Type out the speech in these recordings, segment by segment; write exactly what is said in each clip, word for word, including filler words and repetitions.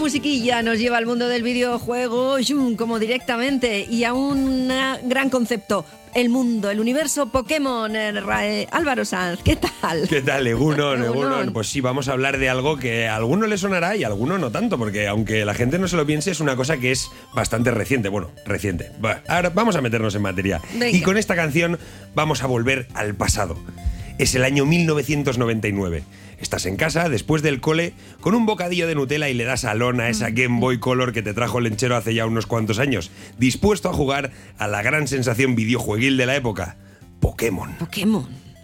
musiquilla nos lleva al mundo del videojuego como directamente y a un gran concepto. El mundo, el universo Pokémon. eh, Álvaro Sanz, ¿qué tal? ¿Qué tal, Egunon? Egunon? Pues sí, vamos a hablar de algo que a alguno le sonará y a alguno no tanto, porque aunque la gente no se lo piense, es una cosa que es bastante reciente. Bueno, reciente. Bueno, ahora vamos a meternos en materia. Venga. Y con esta canción vamos a volver al pasado. Es el año mil novecientos noventa y nueve. Estás en casa, después del cole, con un bocadillo de Nutella y le das salón a esa Game Boy Color que te trajo el Lenchero hace ya unos cuantos años, dispuesto a jugar a la gran sensación videojueguil de la época, Pokémon. Pokémon.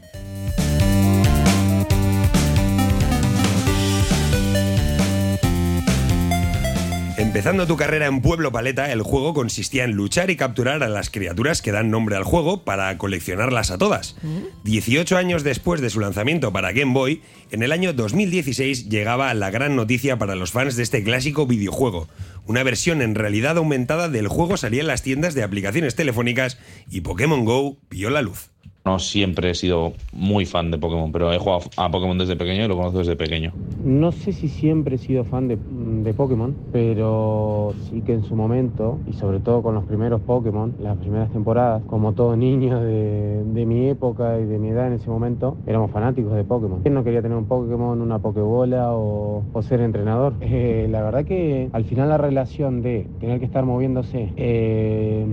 Empezando tu carrera en Pueblo Paleta, el juego consistía en luchar y capturar a las criaturas que dan nombre al juego para coleccionarlas a todas. dieciocho años después de su lanzamiento para Game Boy, en el año dos mil dieciséis llegaba la gran noticia para los fans de este clásico videojuego. Una versión en realidad aumentada del juego salía en las tiendas de aplicaciones telefónicas y Pokémon Go vio la luz. No siempre he sido muy fan de Pokémon, pero he jugado a Pokémon desde pequeño y lo conozco desde pequeño. No sé si siempre he sido fan de, de Pokémon, pero sí que en su momento, y sobre todo con los primeros Pokémon, las primeras temporadas, como todo niño de, de mi época y de mi edad en ese momento, éramos fanáticos de Pokémon. ¿Quién no quería tener un Pokémon, una Pokébola o, o ser entrenador? Eh, la verdad que al final la relación de tener que estar moviéndose eh,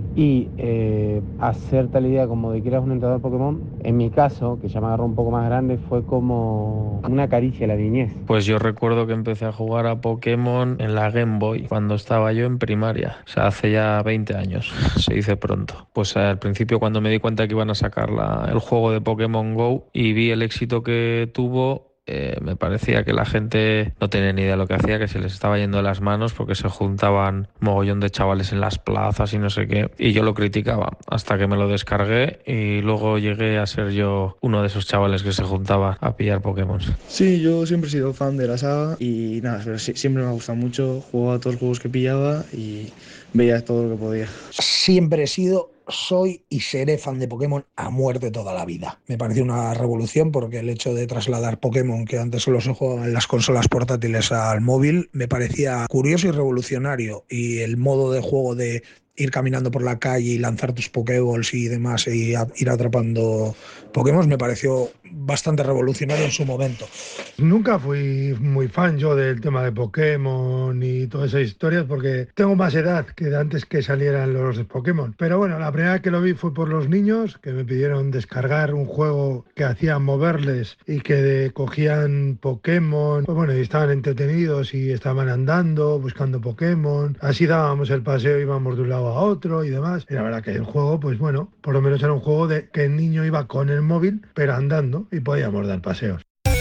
y eh, hacer tal idea como de que eras un entrenador Pokémon, en mi caso, que ya me agarró un poco más grande, fue como una caricia a la niñez. Pues yo recuerdo que empecé a jugar a Pokémon en la Game Boy cuando estaba yo en primaria, o sea, hace ya veinte años, se dice pronto. Pues al principio, cuando me di cuenta que iban a sacar la, el juego de Pokémon Go y vi el éxito que tuvo, Eh, me parecía que la gente no tenía ni idea de lo que hacía, que se les estaba yendo de las manos porque se juntaban mogollón de chavales en las plazas y no sé qué, y yo lo criticaba hasta que me lo descargué y luego llegué a ser yo uno de esos chavales que se juntaba a pillar Pokémon. Sí, yo siempre he sido fan de la saga y nada, pero sí, siempre me ha gustado mucho, jugaba a todos los juegos que pillaba y veía todo lo que podía. Siempre he sido Soy y seré fan de Pokémon a muerte toda la vida. Me pareció una revolución porque el hecho de trasladar Pokémon, que antes solo se jugaba en las consolas portátiles, al móvil, me parecía curioso y revolucionario. Y el modo de juego de ir caminando por la calle y lanzar tus Pokéballs y demás e ir atrapando Pokémon me pareció bastante revolucionario en su momento. Nunca fui muy fan yo del tema de Pokémon y todas esas historias porque tengo más edad que de antes que salieran los de Pokémon. Pero bueno, la primera vez que lo vi fue por los niños, que me pidieron descargar un juego que hacía moverles y que de, cogían Pokémon, pues bueno, y estaban entretenidos y estaban andando, buscando Pokémon. Así dábamos el paseo, íbamos de un lado a otro y demás. Y la verdad que el juego, pues bueno, por lo menos era un juego de que el niño iba con el móvil, pero andando, y podíamos dar paseos.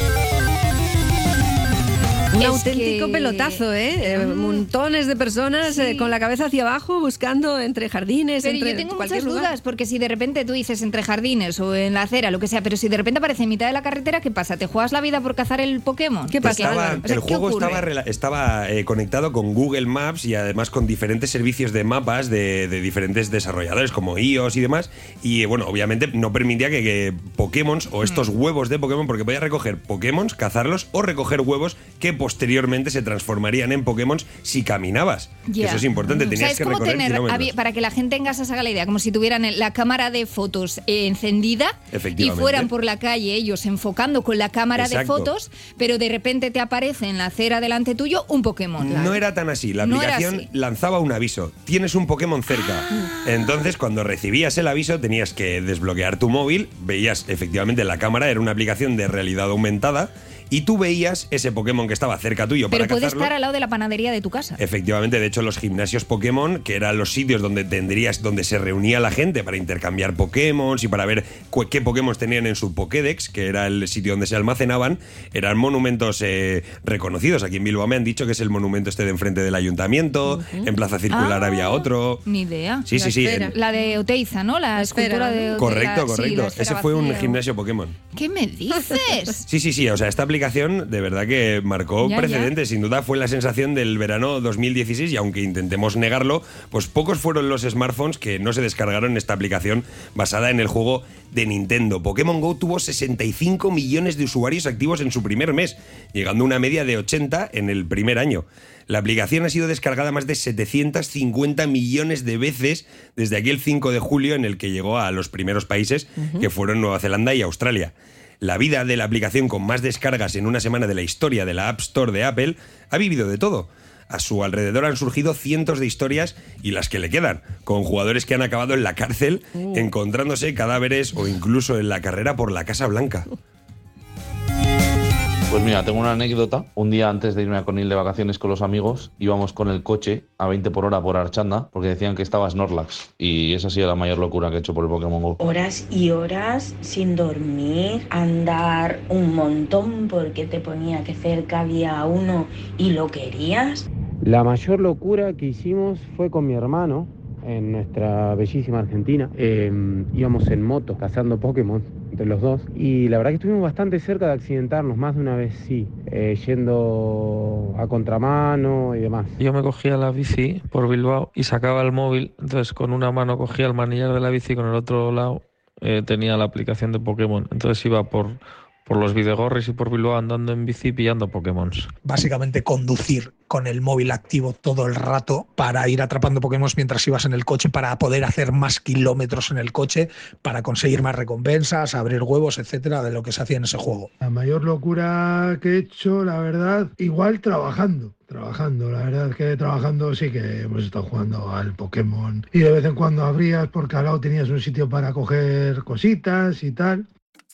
Un Es auténtico que... pelotazo, ¿eh? Mm. Montones de personas sí. eh, con la cabeza hacia abajo buscando entre jardines, pero entre yo tengo cualquier muchas lugar. dudas, porque si de repente tú dices entre jardines o en la acera, lo que sea, pero si de repente aparece en mitad de la carretera, ¿qué pasa? ¿Te juegas la vida por cazar el Pokémon? ¿Qué pasa? Estaba, o sea, el juego estaba, estaba eh, conectado con Google Maps y además con diferentes servicios de mapas de, de diferentes desarrolladores como iOS y demás. Y bueno, obviamente no permitía que, que Pokémon o estos mm. huevos de Pokémon, porque podías recoger Pokémon, cazarlos o recoger huevos que posteriormente se transformarían en Pokémon si caminabas. Yeah. Eso es importante, tenías o sea, es que como recorrer tener, kilómetros. Para que la gente en casa se haga la idea, como si tuvieran la cámara de fotos eh, encendida y fueran por la calle ellos enfocando con la cámara Exacto. de fotos, pero de repente te aparece en la acera delante tuyo un Pokémon. No claro. era tan así, la aplicación no lanzaba un aviso, tienes un Pokémon cerca. Ah. Entonces cuando recibías el aviso tenías que desbloquear tu móvil, veías efectivamente la cámara, era una aplicación de realidad aumentada, y tú veías ese Pokémon que estaba cerca tuyo para cazarlo. Pero puede cazarlo. estar al lado de la panadería de tu casa. Efectivamente, de hecho los gimnasios Pokémon, que eran los sitios donde tendrías, donde se reunía la gente para intercambiar Pokémon y para ver cu- qué Pokémon tenían en su Pokédex, que era el sitio donde se almacenaban, eran monumentos eh, reconocidos. Aquí en Bilbao me han dicho que es el monumento este de enfrente del ayuntamiento, uh-huh. en Plaza Circular ah, había otro. Ni idea. Sí, la sí, sí. En... La de Oteiza, ¿no? La, la escultura de Oteiza. Correcto, correcto. Sí, ese fue un gimnasio Pokémon. ¿Qué me dices? Sí, sí, sí. O sea, esta aplicación aplicación de verdad que marcó ya, precedentes. Ya. Sin duda fue la sensación del verano dos mil dieciséis y aunque intentemos negarlo, pues pocos fueron los smartphones que no se descargaron esta aplicación basada en el juego de Nintendo. Pokémon Go tuvo sesenta y cinco millones de usuarios activos en su primer mes, llegando a una media de ochenta en el primer año. La aplicación ha sido descargada más de setecientos cincuenta millones de veces desde aquel cinco de julio en el que llegó a los primeros países, uh-huh. que fueron Nueva Zelanda y Australia. La vida de la aplicación con más descargas en una semana de la historia de la App Store de Apple ha vivido de todo. A su alrededor han surgido cientos de historias y las que le quedan, con jugadores que han acabado en la cárcel, uh. encontrándose cadáveres o incluso en la carrera por la Casa Blanca. Pues mira, tengo una anécdota. Un día antes de irme a Conil de vacaciones con los amigos, íbamos con el coche a veinte por hora por Archanda porque decían que estaba Snorlax. Y esa ha sido la mayor locura que he hecho por el Pokémon Go. Horas y horas sin dormir, andar un montón porque te ponía que cerca había uno y lo querías. La mayor locura que hicimos fue con mi hermano en nuestra bellísima Argentina. Eh, íbamos en moto cazando Pokémon entre los dos y la verdad que estuvimos bastante cerca de accidentarnos, más de una vez sí, eh, yendo a contramano y demás. Yo me cogía la bici por Bilbao y sacaba el móvil, entonces con una mano cogía el manillar de la bici y con el otro lado eh, tenía la aplicación de Pokémon, entonces iba por... por los Videgorris y por Bilbao andando en bici pillando Pokémon. Básicamente conducir con el móvil activo todo el rato para ir atrapando Pokémon mientras ibas en el coche, para poder hacer más kilómetros en el coche, para conseguir más recompensas, abrir huevos, etcétera, de lo que se hacía en ese juego. La mayor locura que he hecho, la verdad, igual trabajando. Trabajando, la verdad es que trabajando sí que hemos estado jugando al Pokémon y de vez en cuando abrías porque al lado tenías un sitio para coger cositas y tal.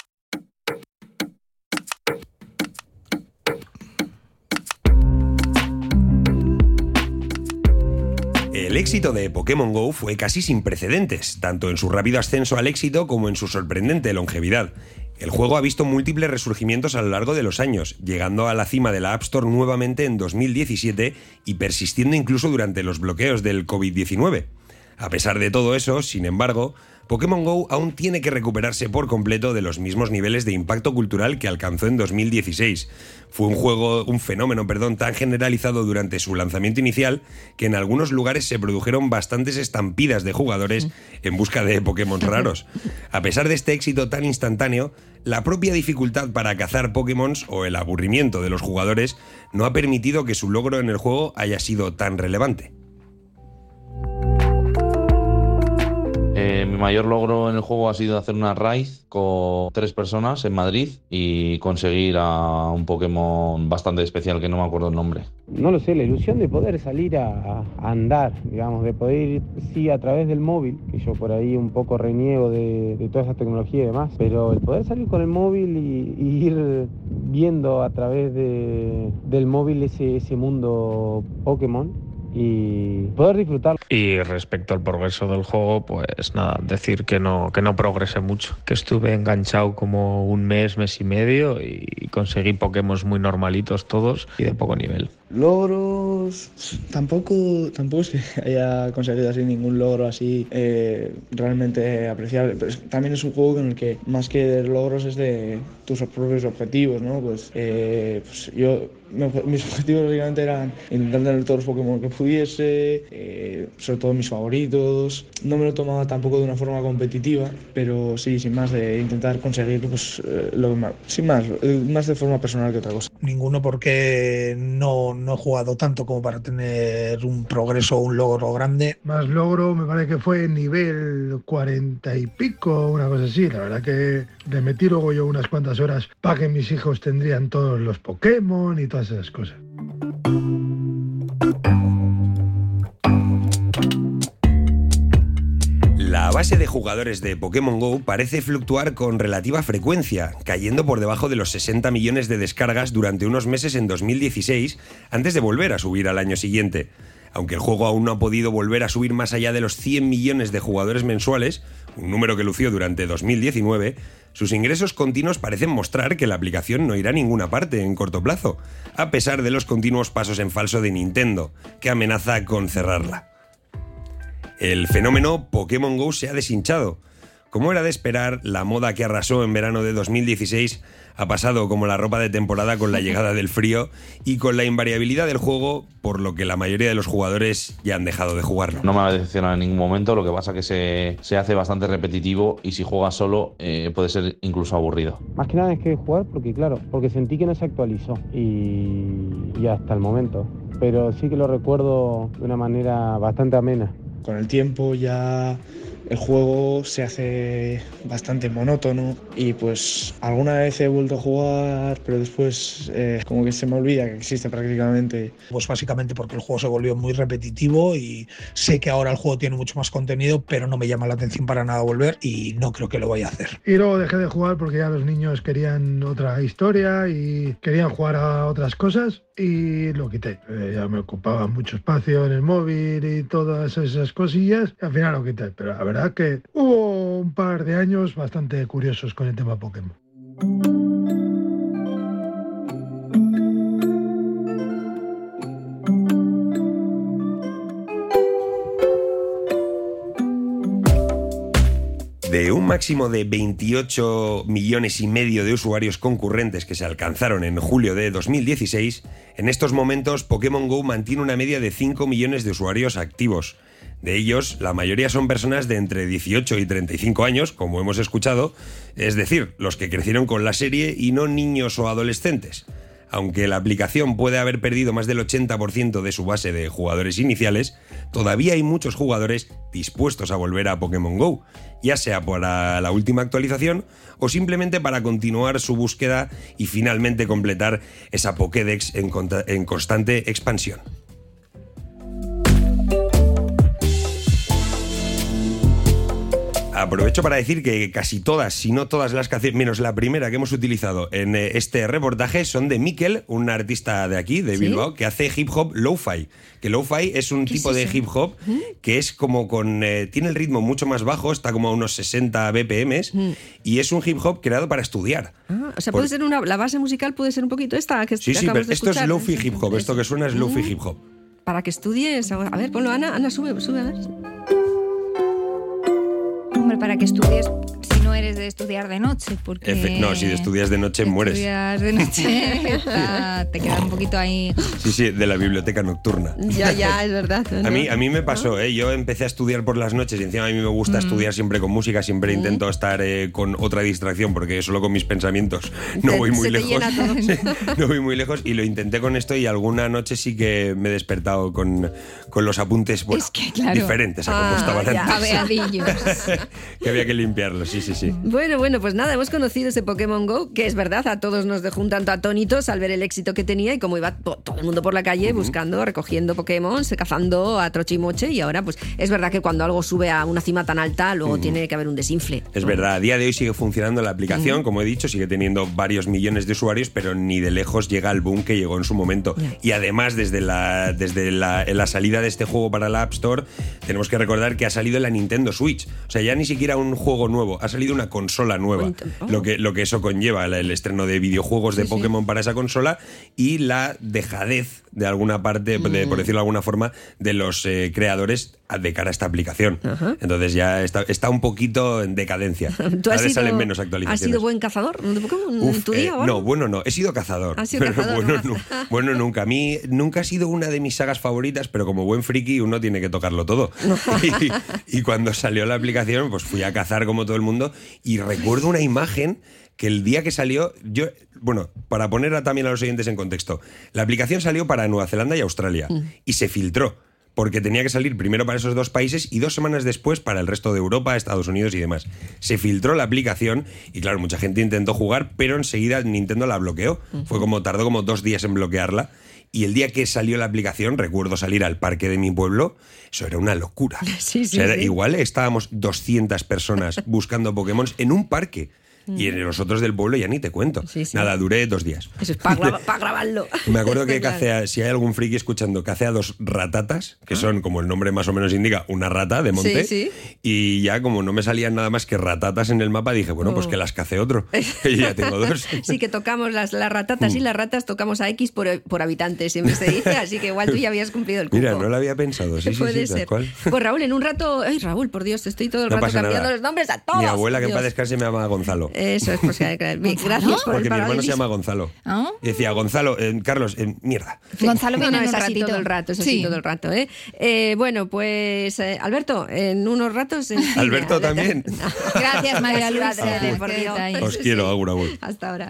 El éxito de Pokémon Go fue casi sin precedentes, tanto en su rápido ascenso al éxito como en su sorprendente longevidad. El juego ha visto múltiples resurgimientos a lo largo de los años, llegando a la cima de la App Store nuevamente en dos mil diecisiete y persistiendo incluso durante los bloqueos del covid diecinueve. A pesar de todo eso, sin embargo, Pokémon Go aún tiene que recuperarse por completo de los mismos niveles de impacto cultural que alcanzó en dos mil dieciséis. Fue un juego, un fenómeno, perdón, tan generalizado durante su lanzamiento inicial que en algunos lugares se produjeron bastantes estampidas de jugadores en busca de Pokémon raros. A pesar de este éxito tan instantáneo, la propia dificultad para cazar Pokémon o el aburrimiento de los jugadores no ha permitido que su logro en el juego haya sido tan relevante. Eh, mi mayor logro en el juego ha sido hacer una raid con tres personas en Madrid y conseguir a un Pokémon bastante especial que no me acuerdo el nombre. No lo sé, la ilusión de poder salir a, a andar, digamos, de poder ir, sí, a través del móvil, que yo por ahí un poco reniego de, de toda esa tecnología y demás, pero el poder salir con el móvil y, y ir viendo a través de, del móvil ese, ese mundo Pokémon y poder disfrutar. Y respecto al progreso del juego, pues nada, decir que no, que no progresé mucho, que estuve enganchado como un mes, mes y medio y conseguí Pokémon muy normalitos todos y de poco nivel. Logros, tampoco, tampoco es que haya conseguido así ningún logro así eh, realmente apreciable, pero es, también es un juego en el que más que logros es de tus propios objetivos, ¿no? Pues, eh, pues yo, mis objetivos básicamente eran intentar tener todos los Pokémon que pudiese, eh, sobre todo mis favoritos. No me lo tomaba tampoco de una forma competitiva, pero sí, sin más, de intentar conseguir pues, eh, lo más, sin más, más de forma personal que otra cosa. Ninguno, porque no, no he jugado tanto como para tener un progreso o un logro grande. Más logro me parece que fue nivel cuarenta y pico, una cosa así. La verdad que le metí luego yo unas cuantas horas para que mis hijos tendrían todos los Pokémon y todas esas cosas. La base de jugadores de Pokémon Go parece fluctuar con relativa frecuencia, cayendo por debajo de los sesenta millones de descargas durante unos meses en dos mil dieciséis, antes de volver a subir al año siguiente. Aunque el juego aún no ha podido volver a subir más allá de los cien millones de jugadores mensuales, un número que lució durante dos mil diecinueve, sus ingresos continuos parecen mostrar que la aplicación no irá a ninguna parte en corto plazo, a pesar de los continuos pasos en falso de Nintendo, que amenaza con cerrarla. El fenómeno Pokémon Go se ha deshinchado. Como era de esperar, la moda que arrasó en verano de dos mil dieciséis ha pasado como la ropa de temporada con la llegada del frío y con la invariabilidad del juego, por lo que la mayoría de los jugadores ya han dejado de jugarlo. No me ha decepcionado en ningún momento, lo que pasa que se, se hace bastante repetitivo y si juegas solo eh, puede ser incluso aburrido. Más que nada es que jugar porque, claro, porque sentí que no se actualizó y, y hasta el momento. Pero sí que lo recuerdo de una manera bastante amena. Con el tiempo ya el juego se hace bastante monótono y pues alguna vez he vuelto a jugar, pero después eh, como que se me olvida que existe prácticamente. Pues básicamente porque el juego se volvió muy repetitivo y sé que ahora el juego tiene mucho más contenido, pero no me llama la atención para nada volver y no creo que lo vaya a hacer. Y luego dejé de jugar porque ya los niños querían otra historia y querían jugar a otras cosas y lo quité. Eh, ya me ocupaba mucho espacio en el móvil y todas esas cosillas y al final lo quité, pero la verdad que hubo un par de años bastante curiosos con el tema Pokémon. De un máximo de veintiocho millones y medio de usuarios concurrentes que se alcanzaron en julio de dos mil dieciséis, en estos momentos Pokémon Go mantiene una media de cinco millones de usuarios activos. De ellos, la mayoría son personas de entre dieciocho y treinta y cinco años, como hemos escuchado, es decir, los que crecieron con la serie y no niños o adolescentes. Aunque la aplicación puede haber perdido más del ochenta por ciento de su base de jugadores iniciales, todavía hay muchos jugadores dispuestos a volver a Pokémon Go, ya sea para la última actualización o simplemente para continuar su búsqueda y finalmente completar esa Pokédex en, en constante expansión. Aprovecho para decir que casi todas, si no todas las canciones, menos la primera que hemos utilizado en este reportaje, son de Mikel, un artista de aquí, de Bilbao, ¿sí?, que hace hip hop lo-fi. Que lo-fi es un tipo es de hip hop ¿Mm? que es como con... Eh, tiene el ritmo mucho más bajo, está como a unos sesenta B P Ms, ¿Mm? y es un hip hop creado para estudiar. Ah, o sea, puede Por... ser una... La base musical puede ser un poquito esta que Sí, sí, pero esto escuchar. Es lo-fi hip hop, esto que suena es lo-fi hip hop. Para que estudies... A ver, ponlo, Ana, Ana, sube, sube, a ver. Hombre, para que estudies, si no eres de estudiar de noche, porque... Efe, no, si estudias de noche mueres. Si estudias de noche, está, te queda un poquito ahí... Sí, sí, de la biblioteca nocturna. Ya, ya, es verdad. ¿No? A mí, a mí me pasó, ¿eh? Yo empecé a estudiar por las noches y encima a mí me gusta mm. estudiar siempre con música, siempre mm. intento estar eh, con otra distracción porque solo con mis pensamientos no voy muy se lejos. Te llena todo. Sí, no voy muy lejos y lo intenté con esto y alguna noche sí que me he despertado con, con los apuntes, bueno, es que, claro. diferentes a como ah, estaban ya. antes. Abeadillos. Que había que limpiarlos, sí, sí, sí. Bueno, bueno, pues nada, hemos conocido ese Pokémon Go, que es verdad, a todos nos dejó un tanto atónitos al ver el éxito que tenía y cómo iba todo el mundo por la calle uh-huh. buscando, recogiendo Pokémon, cazando a troche y moche, y ahora pues es verdad que cuando algo sube a una cima tan alta, luego uh-huh. tiene que haber un desinfle. Es verdad, a día de hoy sigue funcionando la aplicación, uh-huh. como he dicho, sigue teniendo varios millones de usuarios, pero ni de lejos llega al boom que llegó en su momento. Yeah. Y además, desde la, desde la, la salida de este juego para la App Store, tenemos que recordar que ha salido la Nintendo Switch. O sea, ya ni siquiera un juego nuevo, ha salido una consola nueva, oh. lo, que, lo que eso conlleva, el, el estreno de videojuegos sí, de Pokémon sí. para esa consola y la dejadez de alguna parte, mm. de, por decirlo de alguna forma, de los eh, creadores de cara a esta aplicación. Uh-huh. Entonces ya está, está un poquito en decadencia. ¿Tú has sido, salen menos actualizaciones. ¿Has sido buen cazador de Pokémon Uf, en tu día? Eh, no, bueno no, he sido cazador. ¿Has sido pero cazador? Bueno, no, bueno, nunca. A mí nunca ha sido una de mis sagas favoritas, pero como buen friki uno tiene que tocarlo todo. y, y cuando salió la aplicación, pues fui a cazar como todo el mundo y recuerdo una imagen que el día que salió, yo, bueno, para poner a, también a los oyentes en contexto, la aplicación salió para Nueva Zelanda y Australia mm. y se filtró, porque tenía que salir primero para esos dos países y dos semanas después para el resto de Europa, Estados Unidos y demás. Se filtró la aplicación y claro, mucha gente intentó jugar, pero enseguida Nintendo la bloqueó. Mm. Fue como, tardó como dos días en bloquearla. Y el día que salió la aplicación, recuerdo salir al parque de mi pueblo, eso era una locura. Sí, sí, o sea, era, sí. Igual estábamos doscientas personas buscando Pokémon en un parque. Y en los otros del pueblo ya ni te cuento. Sí, sí. Nada, duré dos días. Eso es para pa grabarlo. Me acuerdo que cacé, si hay algún friki escuchando, cacé a dos ratatas, que son, como el nombre más o menos indica, una rata de monte. Sí, sí. Y ya como no me salían nada más que ratatas en el mapa, dije, bueno, oh. pues que las cacé otro. Y ya tengo dos. Sí, que tocamos las, las ratatas y las ratas, tocamos a X por, por habitante, siempre se dice. Así que igual tú ya habías cumplido el cupo. Mira, no lo había pensado. Sí, sí, Puede sí, ser. tal cual. Pues Raúl, en un rato... Ay, Raúl, por Dios, estoy todo el no rato cambiando nada. los nombres a todos. Mi abuela, que Dios. en paz descanse, me llama Gonzalo. Eso es, pues gracias por Porque el mi hermano se llama Gonzalo. ¿Ah? Y decía, Gonzalo, eh, Carlos, eh, mierda. Sí. Gonzalo viene no, no, en un ratito. Todo el rato, es así sí. todo el rato. ¿eh? Eh, bueno, pues eh, Alberto, en unos ratos... En Alberto también. Gracias, María Luisa. Os quiero, agur, agur. Hasta ahora.